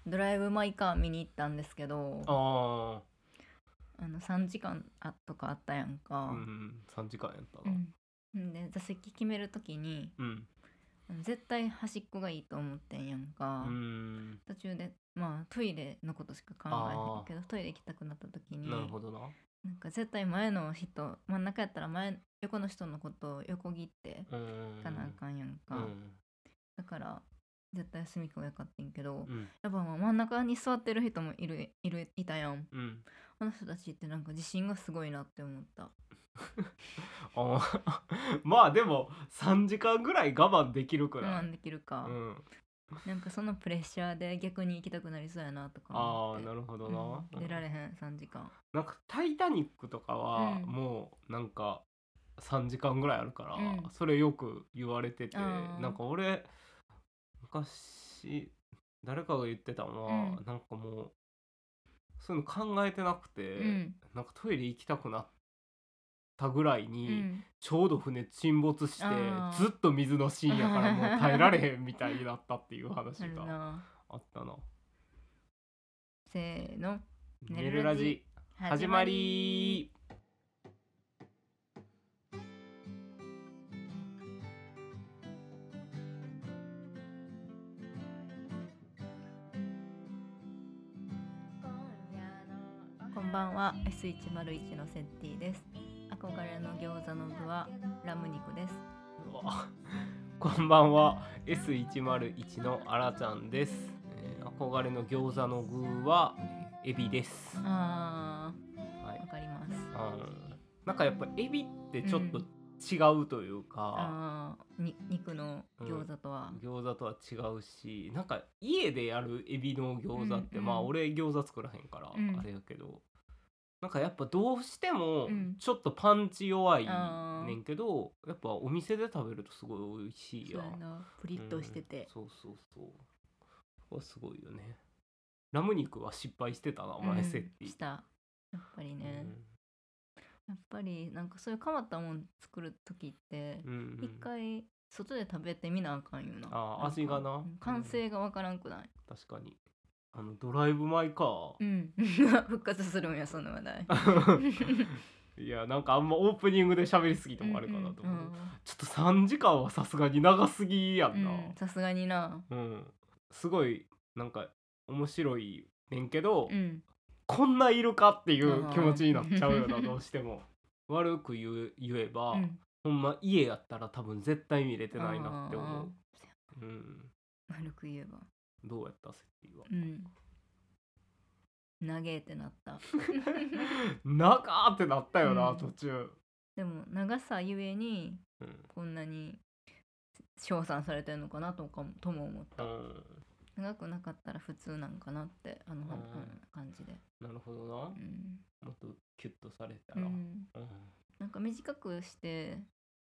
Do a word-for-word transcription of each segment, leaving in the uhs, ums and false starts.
ドライブ・マイ・カー見に行ったんですけど、 ああのさんじかんあとかあったやんあ、 か。 うんさんじかんやったうな。 ん、で座席決めるときにうん絶対端っこがいいと思ってんやんうか。 ん途中でまあトイレのことしか考えへんあけど、トイレ行きたくなった時あなるにほどな。 なんか絶対前の人、真ん中やったら前横の人のことを横切ってうんいかなあかんやんか。 うんだから絶対隅っこがよかったんけど、 うんやっぱまあ真ん中に座ってる人もいるいるいたやん。 うんあの人たちってなんか自信がすごいなって思った。 あーまあでもさんじかんぐらい我慢できるくらい。 我慢できるか、 うんなんかそのプレッシャーで逆に行きたくなりそうやなとか思って。 ああなるほどな、 うん、出られへんさんじかん。 なんか「タイタニック」とかはうんもうなんかさんじかんぐらいあるから、 うんそれよく言われてて、 あーなんか俺昔誰かが言ってたのは、 うんなんかもうそういうの考えてなくて、 うんなんかトイレ行きたくなったぐらいうに、 んちょうど船沈没してあーずっと水のシーンやからもう耐えられへんみたいになったっていう話あるがな。 あったな。 せーの、 ねるラジ始まり。 こんばんは エスひゃくいち のセッティです。憧れの餃子の具はラム肉です。 うわこんばんは エスひゃくいち のあらちゃんです、えー憧れの餃子の具はエビです。 あはいー、わかります。 あのなんかやっぱエビってちょっと違うというか、 あーに肉の餃子とは、 餃子とは違うし、なんか家でやるエビの餃子って、 うんうんまあ俺餃子作らへんからうんあれやけど、なんかやっぱどうしてもうんちょっとパンチ弱いあーねんけど、やっぱお店で食べるとすごい美味しいやん。 そうやな、プリッとしてて、 うんそうそうそうこれすごいよね。ラム肉は失敗してたな、お前うんセッティ。 したやっぱりね、 うんやっぱりなんかそういう変わったもん作る時ってうんうん一回外で食べてみなあかんよな。 あーなんか味がなうん完成がわからんくない？ 確かにあのドライブ・マイ・カーうん復活するんやその話題。 いやなんかあんまオープニングで喋りすぎてもあれかなと思う、 うんちょっとさんじかんはさすがに長すぎやうんな。 うんさすがにな。 うん、すごいなんか面白いねんけど、 うんこんないるかっていうあー気持ちになっちゃうよなどうしても。悪く言う言えば、 うんほんま家やったら多分絶対見れてないなって思あう。うんー悪く言えばどうやったセッティはうん長えってなった。 長ーってなったよな、 うん途中。 でも長さゆえにうんこんなに称賛されてるのかなとかもとも思った。長くなかったら普通なんかなってあの、 うん感じで。 なるほどな、 うんもっとキュッとされたら、 うん、 うんなんか短くして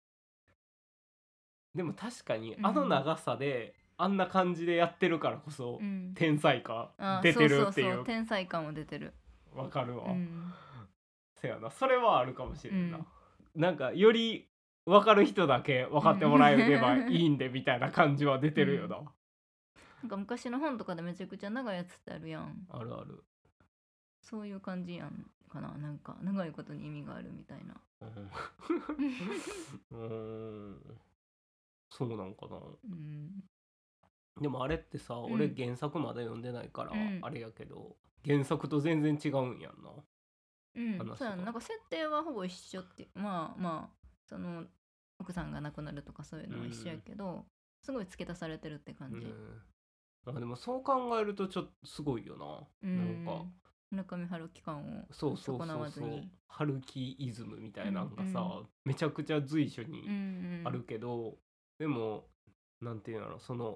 でも確かにうんあの長さであんな感じでやってるからこそ、 うん天才感あ出てるっていう。 そうそうそう天才感も出てる。 わかるわ、 うんせやなそれはあるかもしれんな、 うんなんかより分かる人だけ分かってもらえればいいんでみたいな感じは出てるよな、 なんか昔の本とかでめちゃくちゃ長いやつってあるやん。 あるある、 そういう感じやんかな。なんか長いことに意味があるみたいな。 うんうーんそうなんかな。 うんでもあれってさ、 うん俺原作まだ読んでないからうんあれやけど、原作と全然違うんやんな。 うん話がそうやんなんか設定はほぼ一緒って、まあまあその奥さんが亡くなるとかそういうのは一緒やけど、すごい付け足されてるって感じ。 うん、あでもそう考えるとちょっとすごいよな、 うんなんか村上春樹感をそうそう損なそうそうわずに。 春樹イズムみたいなのがさ、 うんめちゃくちゃ随所にうんうんあるけど、でもなんていうのその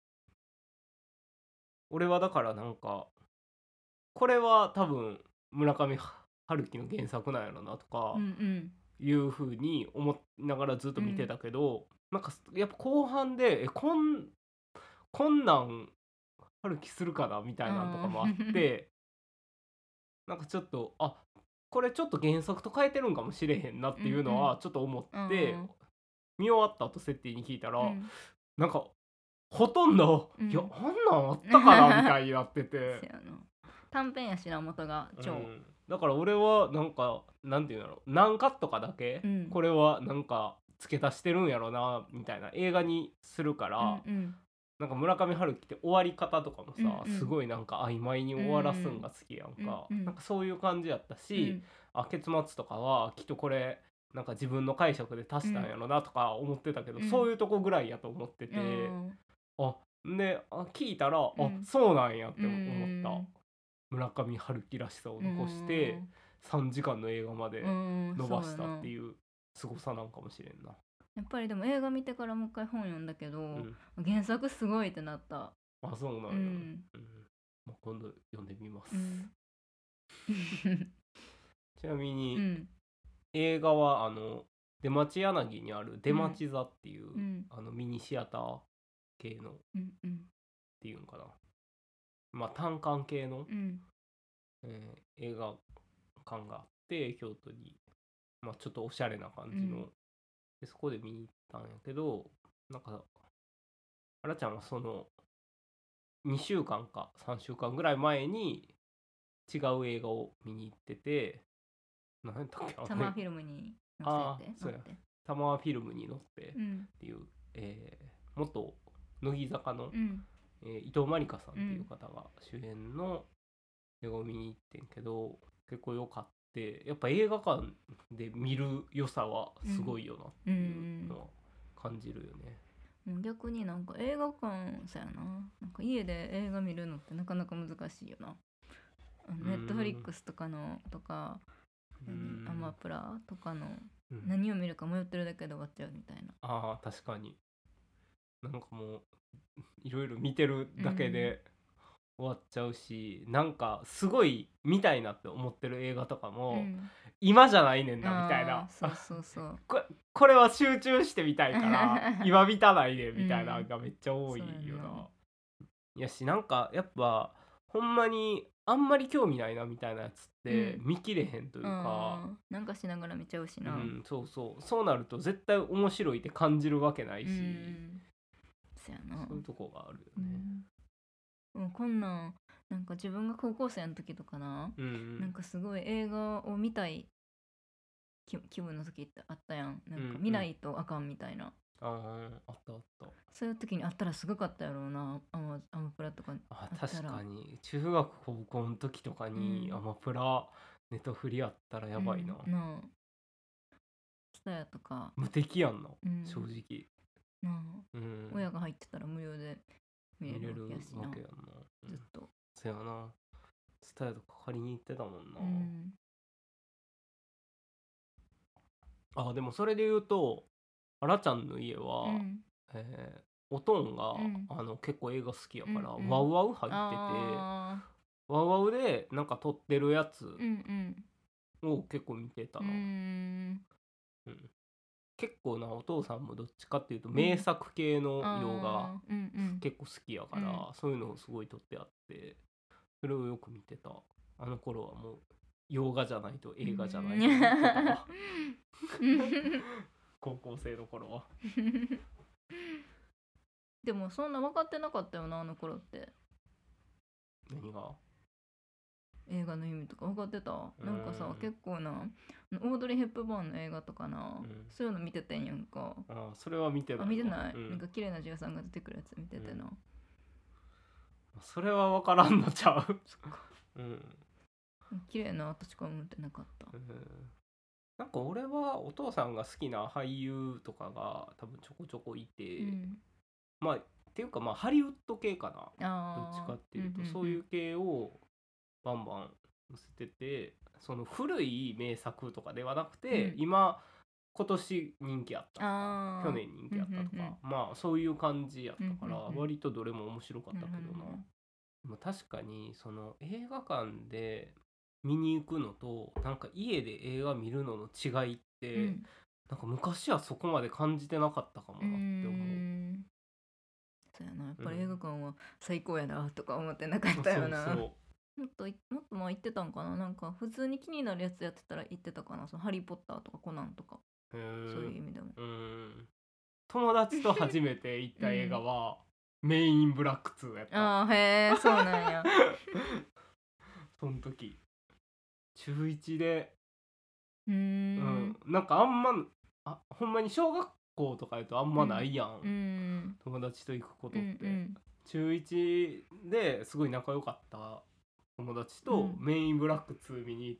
俺はだからなんかこれは多分村上春樹の原作なんやろなとかうんうんいう風に思いながらずっと見てたけど、なんかやっぱ後半でえこんこんなん春樹するかなみたいなのとかもあってなんかちょっとあこれちょっと原作と変えてるんかもしれへんなっていうのはちょっと思って、 うん見終わった後セッティに聞いたら、 うんなんかほとんど、 うんいやあんなんあったかなみたいになっててせやな短編やしな元が超、 うんだから俺はなんかなんていうんだろう何カットかだけ、 うんこれはなんか付け足してるんやろなみたいな映画にするから、 うんうんなんか村上春樹って終わり方とかもさ、 うんうんすごいなんか曖昧に終わらすんが好きやんか、 うんうんなんかそういう感じやったし、 うんあ結末とかはきっとこれなんか自分の解釈で足したんやろなとか思ってたけど、 うんそういうとこぐらいやと思ってて、 うんあであ聞いたら、 うんあそうなんやってう思んった。村上春樹らしさを残してさんじかんの映画までうん伸ばしたそうやなっていう凄さなんかもしれんな。 やっぱりでも映画見てからもう一回本読んだけど、 うん原作すごいってなった。 あそうなんや、 うんうんまあ、今度読んでみます、 うんちなみに、 うん映画はあの出町柳にある出町座っていう、 うんあのミニシアター系のっうんうんていうんかな、まあ単館系の、 うんえー映画館があって京都に、まあ、ちょっとおしゃれな感じの、 うんでそこで見に行ったんやけど、なんかあらちゃんはそのにしゅうかんかさんしゅうかんぐらい前に違う映画を見に行ってて、何やったっけあれサマーフィルムにあ載せてーそうや載ってタマーフィルムに乗ってっうんていう、えー元乃木坂の、 うんえー伊藤まりかさんっていう方が主演の映画を見に行ってんけど、結構良かった。やっぱ映画館で見る良さはすごいよなっていうのは感じるよね。 もう逆になんか映画館さやななんか家で映画見るのってなかなか難しいよな。 うんネットフリックスとかのとかうんアマプラとかのうん何を見るか迷ってるだけで終わっちゃうみたいな。 ああ確かになんかもういろいろ見てるだけで終わっちゃうし、なんかすごい見たいなって思ってる映画とかも、 うん今じゃないねんなみたいあなーそうそうそうこれこれは集中してみたいから今見たないでみたいなのがめっちゃ多いよな、 うんそうやな。 いやしなんかやっぱほんまにあんまり興味ないなみたいなやつってうん見切れへんというか、 うんなんかしながら見ちゃうしな。 うん、そうそうそうなると絶対面白いって感じるわけないし、 うんそやな。 そういうとこがあるようね。 んもうこんなんなんか自分が高校生の時とかな、 うんうんなんかすごい映画を見たい気気分の時ってあったやん。なんうんうんか見ないとあかんみたいな。 あーあったあったそういう時にあったらすごかったやろうな。アマアマプラとかああったら確かに中学高校の時とかにうんアマプラネトフリあったらやばいな、 うん、なあツタヤとか、 無敵やんな、 うん正直、 なあうん、 親が入ってたら無料で見れ見れるるわけやしなわけやんな、うんずっと。 そやなスタイルとか借りに行ってたもんな、 うんあでもそれで言うとあらちゃんの家うは、 んえーおとんが、 うんあの結構映画好きやから、 うんうんワウワウ入っててあワウワウでなんか撮ってるやつーうんを結構見てたうんうな、 んうん結構なお父さんもどっちかっていうと名作系の洋画あーうんうん結構好きやから、そういうのをすごい撮ってあってそれをよく見てた。あの頃はもう洋画じゃないと映画じゃないと思ってたわ高校生の頃はでもそんな分かってなかったよなあの頃って。 何が映画の意味とか分かってた。なんかさうん結構なオードリー・ヘップバーンの映画とかな、 うんそういうの見ててんやんか。 あそれは見てないわあ見てない、 うんなんか綺麗な女優さんが出てくるやつ見ててな、 それは分からんのちゃううん綺麗なとしか思ってなかった。 うんなんか俺はお父さんが好きな俳優とかが多分ちょこちょこいて、 うん、 まあっていうかまあハリウッド系かなどあっちかっていうと、 んんんそういう系をバンバン載せてて、その古い名作とかではなくて、 うん今今年人気あったとかあー去年人気あったとか、 うんうんまあそういう感じやったから、 うんうんうん割とどれも面白かったけどな、 うんうんうんでも確かにその映画館で見に行くのとなんか家で映画見るのの違いって、 うんなんか昔はそこまで感じてなかったかもなって思う。 んそうやなやっぱり映画館は最高やなとか思ってなかったよな。 そうそうもっといもっとまあ言ってたんかな。なんか普通に気になるやつやってたら言ってたかな。そのハリー・ポッターとかコナンとか、 へーそういう意味でも。 うん友達と初めて行った映画は、 メインブラックツーやった。 あーへえそうなんやその時中いちでうーうんんなんかあんまあほんまに小学校とかやとあんまないやん、 うん友達と行くこうとって、 ん中いちですごい仲良かった友達とうんメインブラックツー見に行って、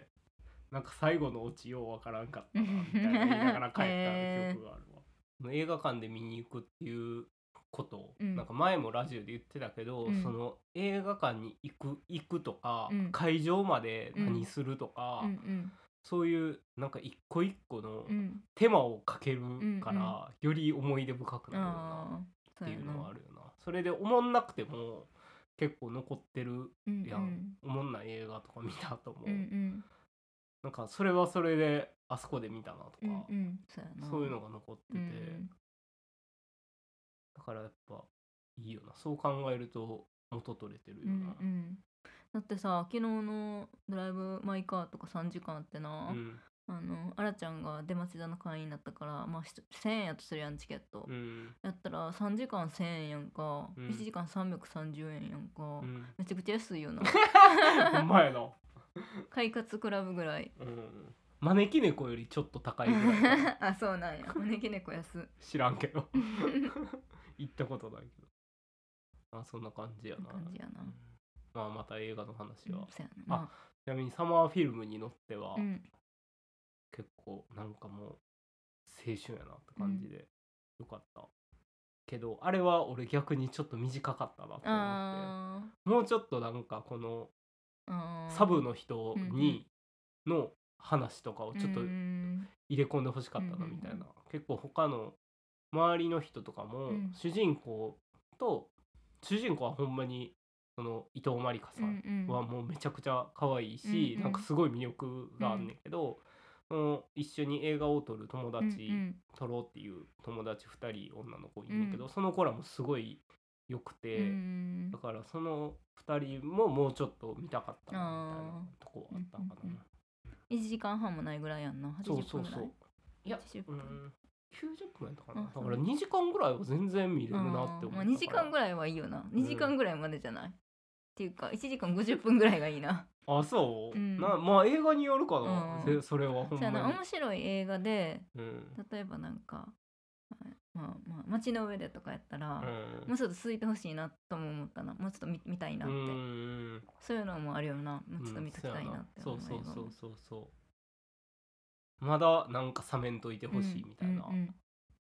なんか最後のオチようわからんかったなみたいな言いながら帰ったへー記憶があるわ。映画館で見に行くっていうことを、 うんなんか前もラジオで言ってたけど、 うんその映画館に行く行くとか、 うん会場まで何するとか、 うんうんそういうなんか一個一個のうん手間をかけるから、 うんうんより思い出深くなるよなああっていうのはあるよな。それで思んなくても結構残ってるうんやん、おもんない映画とか見た後も、 うんうんなんかそれはそれであそこで見たなとか、 うんうんそうやなそういうのが残ってて、 うんだからやっぱいいよな、そう考えると元取れてるようんうな。 んだってさ昨日のドライブ・マイ・カーとかさんじかんあってな、 うんあのあらちゃんが出町座の会員になったからまあひとせんえんやとするやんチケット、 うんやったらさんじかんせんえんやんか、 うんいちじかんさんびゃくさんじゅうえんやんか、 うんめちゃくちゃ安いよなほんまやな。 快活クラブぐらいうん招き猫よりちょっと高いぐらいかなあそうなんや招き猫安知らんけど行ったことないけど、あそんな感じやな。 感じやな、 うんまあまた映画の話は、 うんそうやなまちなみにサマーフィルムに乗っては、 あうん結構なんかもう青春やなって感じで、よかったけど、あれは俺逆にちょっと短かったなって思あって、もうちょっとなんかこのーあーサブの人うんにの話とかをちょっとうん入れ込んでほしかったなみたいな、 うんうん結構他の周りの人とかも、 うん主人公と主人公はほんまにその伊藤まりかさんはもうめちゃくちゃ可愛いし、 うんうんなんかすごい魅力があんねんけど、その一緒に映画を撮る友達、 うん撮ろうっていう友達ふたり女の子いんねんけど、 うんその子らもすごい良くて、 うんだからそのふたりももうちょっと見たかったなみたいなとこあったかな、 うんうんいちじかんはんもないぐらいやんなはちじゅっぷんぐらいそうそうそういやはちじゅっぷうんんきゅうじゅっぷんやったかな、 あだからにじかんぐらいは全然見れるなって思ったから、 まあ、にじかんぐらいはいいよなにじかんぐらいまでじゃない、っていうかいちじかんごじゅっぷんぐらいがいいなあそう、 うんなまあ映画によるかな、 うんぜそれはほんそうやなまに面白い映画でうん例えばなんかまあまあ街の上でとかやったら、 うんもうちょっと続いてほしいなとも思ったなもうちょっと 見, 見たいなって、 うんそういうのもあるよなもうちょっと見ときたいなってそう思そうそうそうそうまだなんか冷めんといてほしいみたいな、 うんうんうん、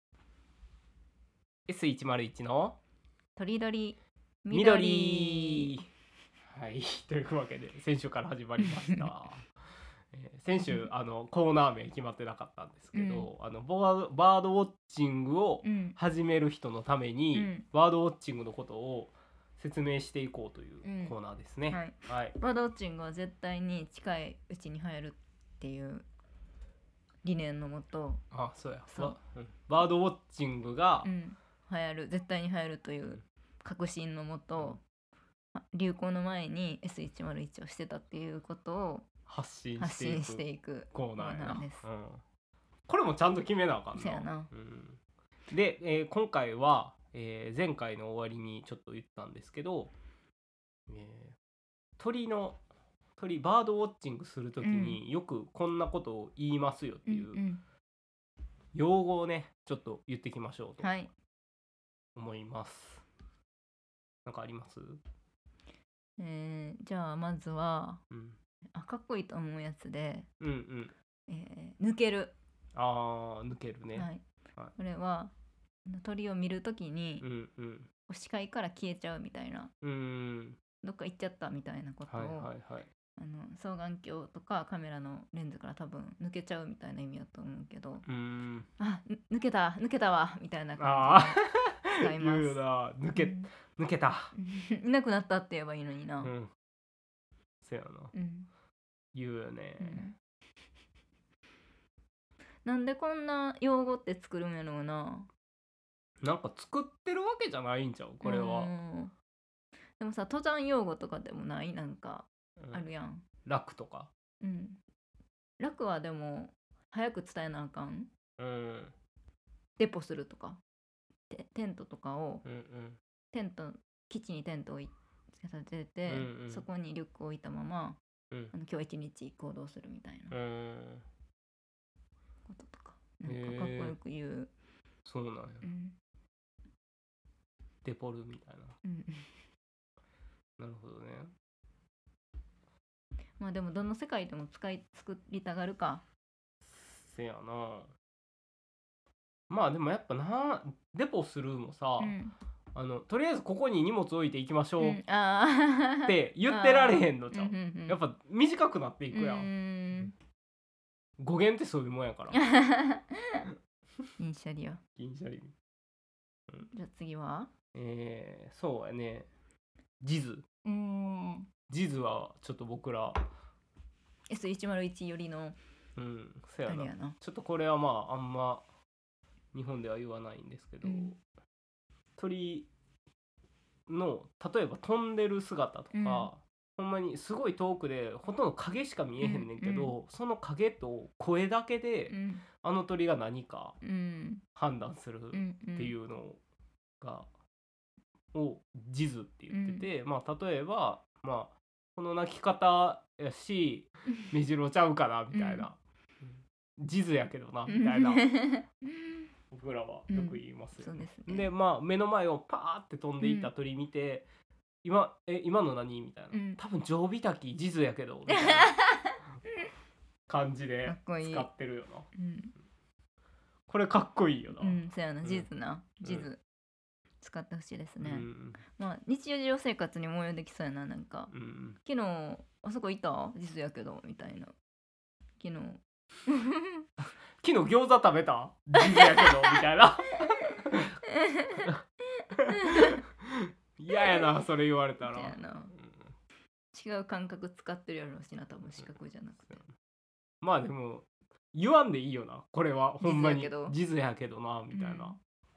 エスひゃくいちのとりどり緑はいというわけで先週から始まりましたえー先週あのコーナー名決まってなかったんですけど、あのボワバードウォッチングをうん始める人のために、 うんバードウォッチングのことを説明していこうというコーナーですね、 はい、 はい、 バードウォッチングは絶対に近いうちに流行るっていう理念のもと、 あそうやそうバ,、うん、バードウォッチングが、 うん、流行る絶対に流行るという確信のもと、流行の前に エスひゃくいち をしてたっていうことを発信発信していいくくコーナーやな、 コーナーですうん、これもちゃんと決めなあかんな。 そうやな、 うん、で、えー今回は、えー前回の終わりにちょっと言ったんですけど、えー鳥の鳥バードウォッチングするときによくこんなことを言いますよっていううんうん用語をねちょっと言ってきましょうとはい思います。なんかあります？ えーじゃあまずはうんあかっこいいと思うやつで、 うんうんえー抜ける、 あー抜けるね、 はいはいこれはあの鳥を見るときにうんうん視界から消えちゃうみたいな、 うんどっか行っちゃったみたいなことを、 はいはいはいあの双眼鏡とかカメラのレンズから多分抜けちゃうみたいな意味だと思うけど、 うんあぬ抜けた抜けたわみたいなあ感じで使います。 言うよな抜け、 うん抜けたいなくなったって言えばいいのにな。 うんせやなうん言うよね、 うんなんでこんな用語って作るんやろうな。 なんか作ってるわけじゃないんちゃうこれは、 うんでもさ登山用語とかでもないなんかうんあるやん。 楽とかうん。楽はでも早く伝えなあかん。 うんデポするとかテテントとかをうんうんテント基地にテントを立てて、 うんうんそこにリュックを置いたまま、 うんあの今日一日行動するみたいなうーんこととか、なんかかっこよく言う、 そうなんや、 うんデポルみたいうん、 な。なるほどね。 まあでもどの世界でも使い作りたがるか。 せやな。まあでもやっぱな、デポするもさ、 うんあのとりあえずここに荷物置いていきましょううん、あっーて言ってられへんのじゃん。 うんうんうんやっぱ短くなっていくや。 うんん語源ってそういうもんやから。 銀シャリや。 銀シャリ。 じゃあ次はえー、そうやね。ジズ。 うーんジズはちょっと僕ら、 エスひゃくいち よりのうん、せやな。 あれやな。 ちょっとこれはまああんま日本では言わないんですけど、 うん鳥の例えば飛んでる姿とか、 うんほんまにすごい遠くでほとんど影しか見えへんねんけど、 うんその影と声だけで、 うんあの鳥が何かうん判断するっていううのが、をジズって言ってて、まあ例えば、まあ、この鳴き方やし目白ちゃうかなみたいな、ジズやけどなみたいな僕らはよく言いますよ、 そうですね。 でまあ目の前をパーって飛んでいった鳥見て、今え今の何みたいな、 うん多分ジョウビタキジズやけどみたいな感じでかっこいい使ってるよな。 うんこれかっこいいよな。 うんそうやな、 うんジズな、 うんジズ使ってほしいですね。 うんまあ日常生活に応用できそうやな。なんかうん昨日あそこいたジズやけどみたいな。昨日昨日餃子食べたジズやけどみたいな。嫌やなそれ言われたら。 そうやな違う感覚使ってるやろうしな、多分視覚じゃなくて。 まあでも言わんでいいよな、これはほんまにジズやけどジズやけどなみたいな、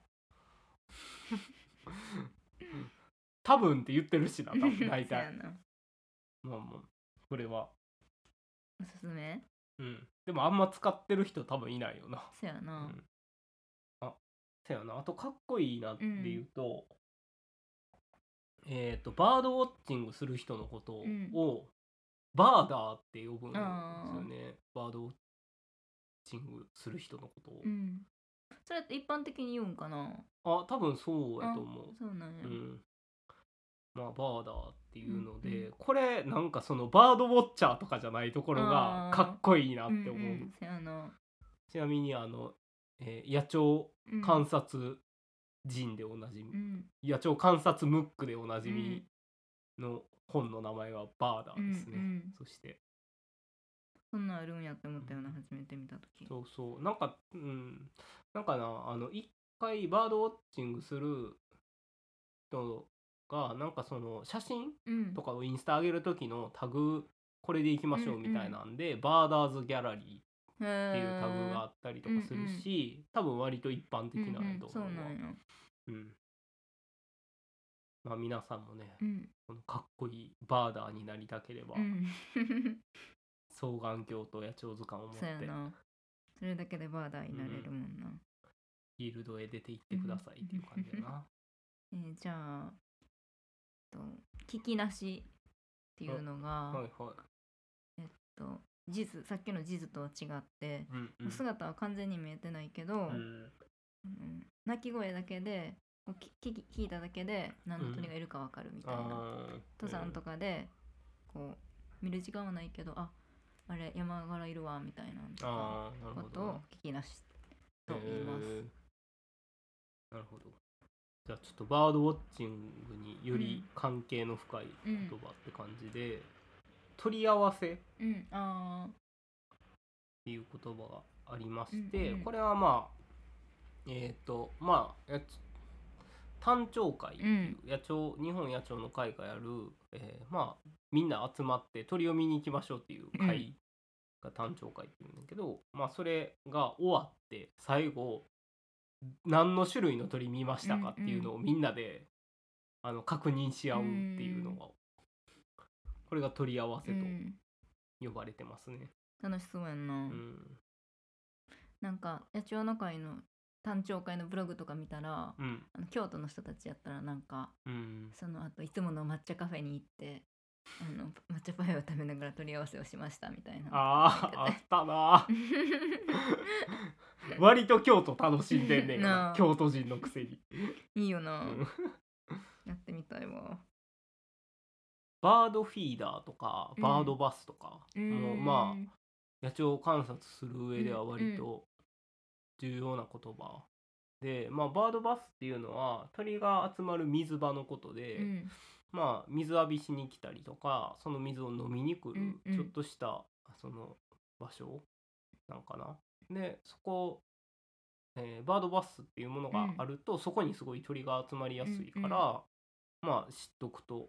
多分って言ってるしな、多分大そうや体。 な。 まあまあこれは、 おすすめうん、でもあんま使ってる人多分いないよな。 そうやな。 うんあ、せやな。あとかっこいいなっていうと、えっとバードウォッチングする人のことを、 うんバーダーって呼ぶんですあーよね。バードウォッチングする人のことを、 うんそれって一般的に言うんかな。 あ、多分そうやと思う。 そうなんや。 うん、まあバーダーっていうので、 うんうんこれなんかそのバードウォッチャーとかじゃないところがあーかっこいいなって思う。 うんうんそうやな。 ちなみにあの、えー野鳥うん観察人でおなじみ、 うん野鳥観察ムックでおなじみの本の名前はバーダーですね、 うんうんそしてそんなんあるんやって思ったような、初めて見たとき。 そうそうなんかうんなんかな、あの一回バードウォッチングする人がなんかその写真うんとかをインスタ上げる時のタグこれでいきましょうみたいなんで、バーダーズギャラリーっていうタグがあったりとかするし、多分割と一般的なんやとそう思うわ。 なんや。 うんまあ皆さんもね、 うんこのかっこいいバーダーになりたければ、 うん双眼鏡と野鳥図鑑を持ってそうやな。それだけでバーダーになれるもんな。 フィールドへ出て行ってくださいっていう感じやな。 えーじゃあと聞きなしっていうのが、 はいはい。 えっと地図さっきの地図とは違って、 うんうん姿は完全に見えてないけど、 うんうん鳴き声だけでこうき聞き聞いただけで何の鳥がいるかわかるみたいな、 あ登山とかでこう見る時間はないけど、ああれ山柄いるわみたいなとかあーなるほどなことを聞きなしと言います。 へーなるほど。じゃあちょっとバードウォッチングにより関係の深い言葉って感じで、取り合わせっうん、あていう言葉がありまして、 うんうんこれはまあえっ、とまあやつ単鳥会っていう野鳥、日本野鳥の会がやる、えーまあみんな集まって鳥を見に行きましょうっていう会が単鳥会っていうんだけど、まあそれが終わって最後何の種類の鳥見ましたかっていうのをみんなで、あの確認し合うっていうのが、これが取り合わせとうん、 呼ばれてますね。 楽しそうやんな、 うんなんか野鳥の会の誕生会のブログとか見たら、 うんあの京都の人たちやったらなんかうんその後いつもの抹茶カフェに行ってあの抹茶パフェを食べながら取り合わせをしましたみたいなのとかあーあ書いってたな割と京都楽しんでんねんよななあ京都人のくせに、 ていいよな、 うんやってみたいわ。 バードフィーダーとかうんバードバスとか、 うもうまあ野鳥観察する上では割うんと重要な言葉で、まあバードバスっていうのは鳥が集まる水場のことで、 うんまあ水浴びしに来たりとかその水を飲みに来るうんうんちょっとしたその場所なんかな。でそこ、えーバードバスっていうものがあると、そこにすごい鳥が集まりやすいから、まあ知っとくと、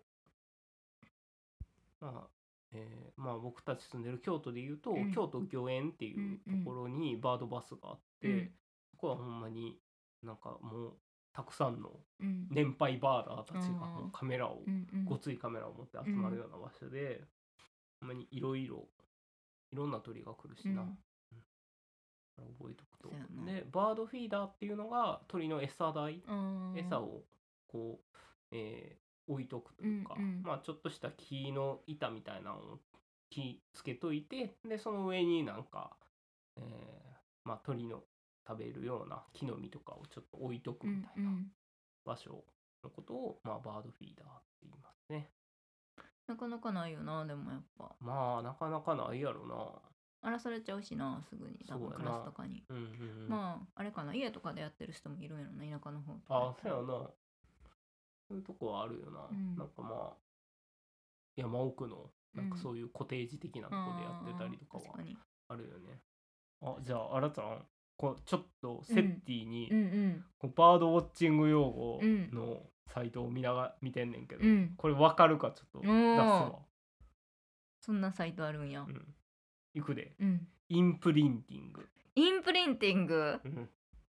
まあえーまあ僕たち住んでる京都でいうと、 うん京都御苑っていうところにバードバスがあって、 うんそこはほんまになんかもうたくさんのうん年配バーダーたちがあーもうカメラを、 うんうんごついカメラを持って集まるような場所で、ほんまにいろいろいろんな鳥が来るしな、 うんうん覚えとくとそうやな。 でバードフィーダーっていうのが鳥の餌台、 あー餌をこう、えー置いとくというか、 うんうんまあちょっとした木の板みたいなのを木つけといて、でその上になんか、えーまあ鳥の食べるような木の実とかをちょっと置いとくみたいなうんうん場所のことを、まあバードフィーダーって言いますね。 なかなかないよな。でもやっぱまあなかなかないやろな。 荒らされちゃうしな、すぐに多分カそうやなラスとかに。 うんうんうん。 まああれかな、家とかでやってる人もいるんやろな、田舎の方とかああ、そうやな。そういうとこはあるよな。 うんなんかまあ、山奥の、なんかそういうコテージ的なとこでやってたりとかは確かに。 あるよね。あ、じゃあ、あらちゃん、こうちょっとセッティに、 うんうんこうバードウォッチング用語うんのサイトを見なが見てんねんけど、 うんこれ分かるかちょっと出すわ。 そんなサイトあるんやう。ん。いくで。 うん。 インプリンティング。 インプリンティング、 うん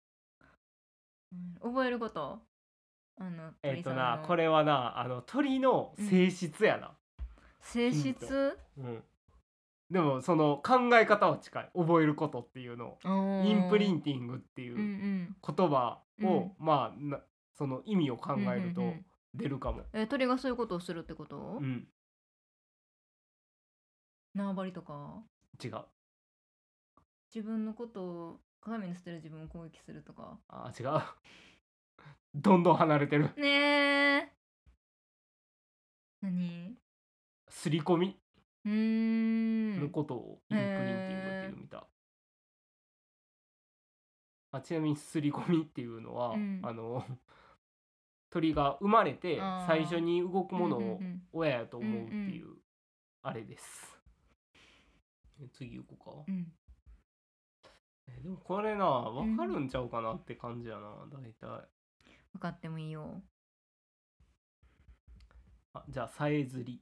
うん覚えること。あのえっ鳥さんとな、 のこれはな、あの鳥の性質やな。 性ヒント質。 うん。でもその考え方は近い。覚えることっていうのを。インプリンティングっていううんうん言葉を、 うんまあなその意味を考えるとうんうんうん出るかも。 え鳥がそういうことをするってこと、 うん。 縄張りとか違う。 自分のことを鏡に捨てる自分を攻撃するとか。 あー違う。どんどん離れてる。 ねえ何刷り込みうーんのことをインプリンティングっていうみたい。あちなみに刷り込みっていうのは、 うんあの鳥が生まれてあー最初に動くものをうんうんうん親やと思うっていうあれです。え次行こうか。 うんえでもこれな分かるんちゃうかなって感じやな、大体。 分かってもいいよ。 あじゃあさえずり。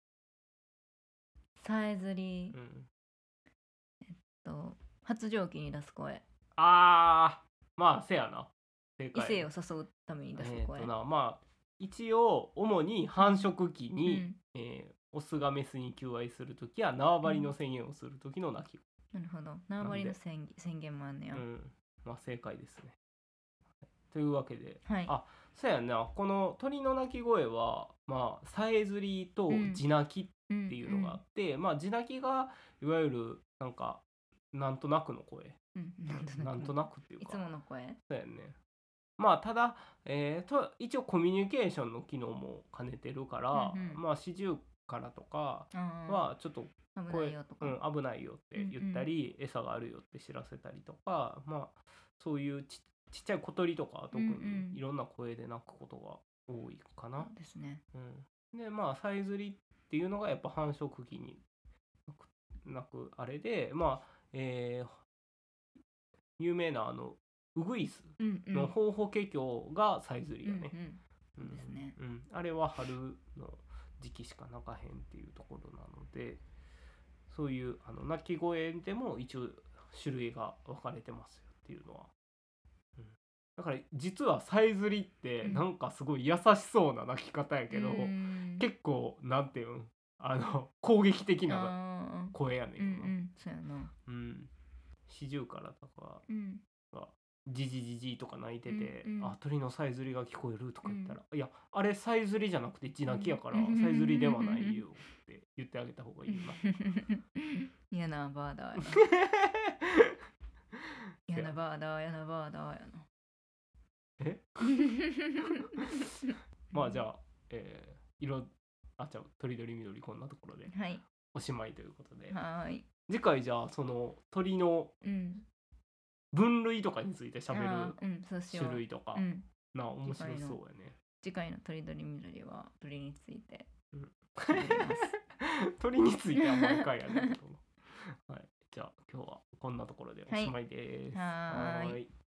さえずりうん、 と発情期に出す声、 あーまあせやな正異解。 性を誘うために出す声。 えーとなまあ一応主に繁殖期うに、 ん、 えーオスがメスに求愛するときや縄張りの宣言をするときの鳴きなるほど。縄張りの宣言宣言もあんねや。 声。うん、まあ正解ですね。というわけで、 はい。 あそうやな、この鳥の鳴き声はまあさえずりとうん地鳴きっっていうのがあって、まあ地鳴きがいわゆるなんかなんとなくの声、 うんうん、なんとなくなんとなくっていうか、 いつもの声。 そうやね。まあただ、えーと一応コミュニケーションの機能も兼ねてるから、 うんうんまあシジュウカラとかあはちょっとあ危な声いよとか。 うん、危ないよって言ったり、餌があるよって知らせたりとか、まあそういうちちっちゃい小鳥とかは特にうんうんいろんな声で鳴くことが多いかな。 そうですね。 うん、でまあさえずりっていうのがやっぱ繁殖期に鳴く鳴くあれで、まあ、えー有名なあのウグイスうんうん。 のホウホケキョウがさえずりやね。 うんうん。ですねうん、あれは春の時期しか鳴かへんっていうところなので、そういうあの鳴き声でも一応種類が分かれてますよっていうのは、うん、だから実はさえずりってうんなんかすごい優しそうな鳴き方やけど、 うん結構なんていうんあの攻撃的なあー声やねんうんうな。 んそうやな。 うん、シジュウカラとかうんはジジジジとか鳴いてて、 うんうんあ鳥のさえずりが聞こえるとか言ったら、 ういやあれさえずりじゃなくて地鳴きやから、 うんさえずりではないよって言ってあげた方がいいな。 嫌なバーダーやな。嫌なバーダーやなバーダーやな。 えまあじゃあ、えー、色あじゃあとりどりみどりこんなところではいおしまいということで、 はーい。 次回じゃあその鳥のうん分類とかについて喋あるーうんそうしよう。 種類とか、 うんな面白そうやね。 次回のとりどりみどりは鳥についてうん喋ります。 鳥については毎回やねんけどはい、じゃあ今日はこんなところでおしまいです。 はいはーいい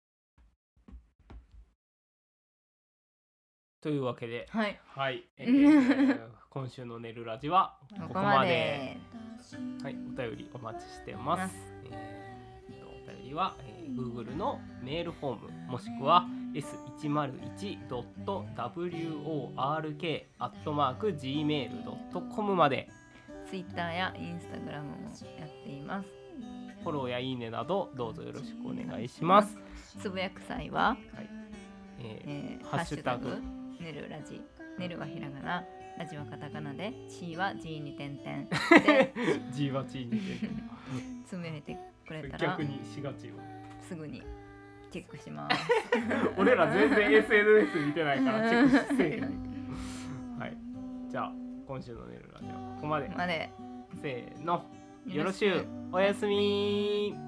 というわけで、 はいはい、えー、今週の寝るラジはここここままで。 で。 はい、お便りお待ちしてます。 ますえー、とお便りは、えー、Google のメールフォームもしくは エスいちまるいちドットダブリューオーアールケー アットマーク ジーメールドットコム まで。 ツイッターやインスタグラムもやっています。 フォローやいいねなどどうぞよろしくお願いします。 つぶやく際は、 はい、えーえー、 ハッシュタグねるラジ、ねるはひらがな、ラジはカタカナで、ちは G に点々で G は G にてつぶやいてくれたら逆にしがちよ。 すぐにチェックします。 俺ら全然 エスエヌエス 見てないからチェックせえへん。はい、じゃあ今週の寝るラジオここまで。 までせーの、よろしゅう、おやすみ。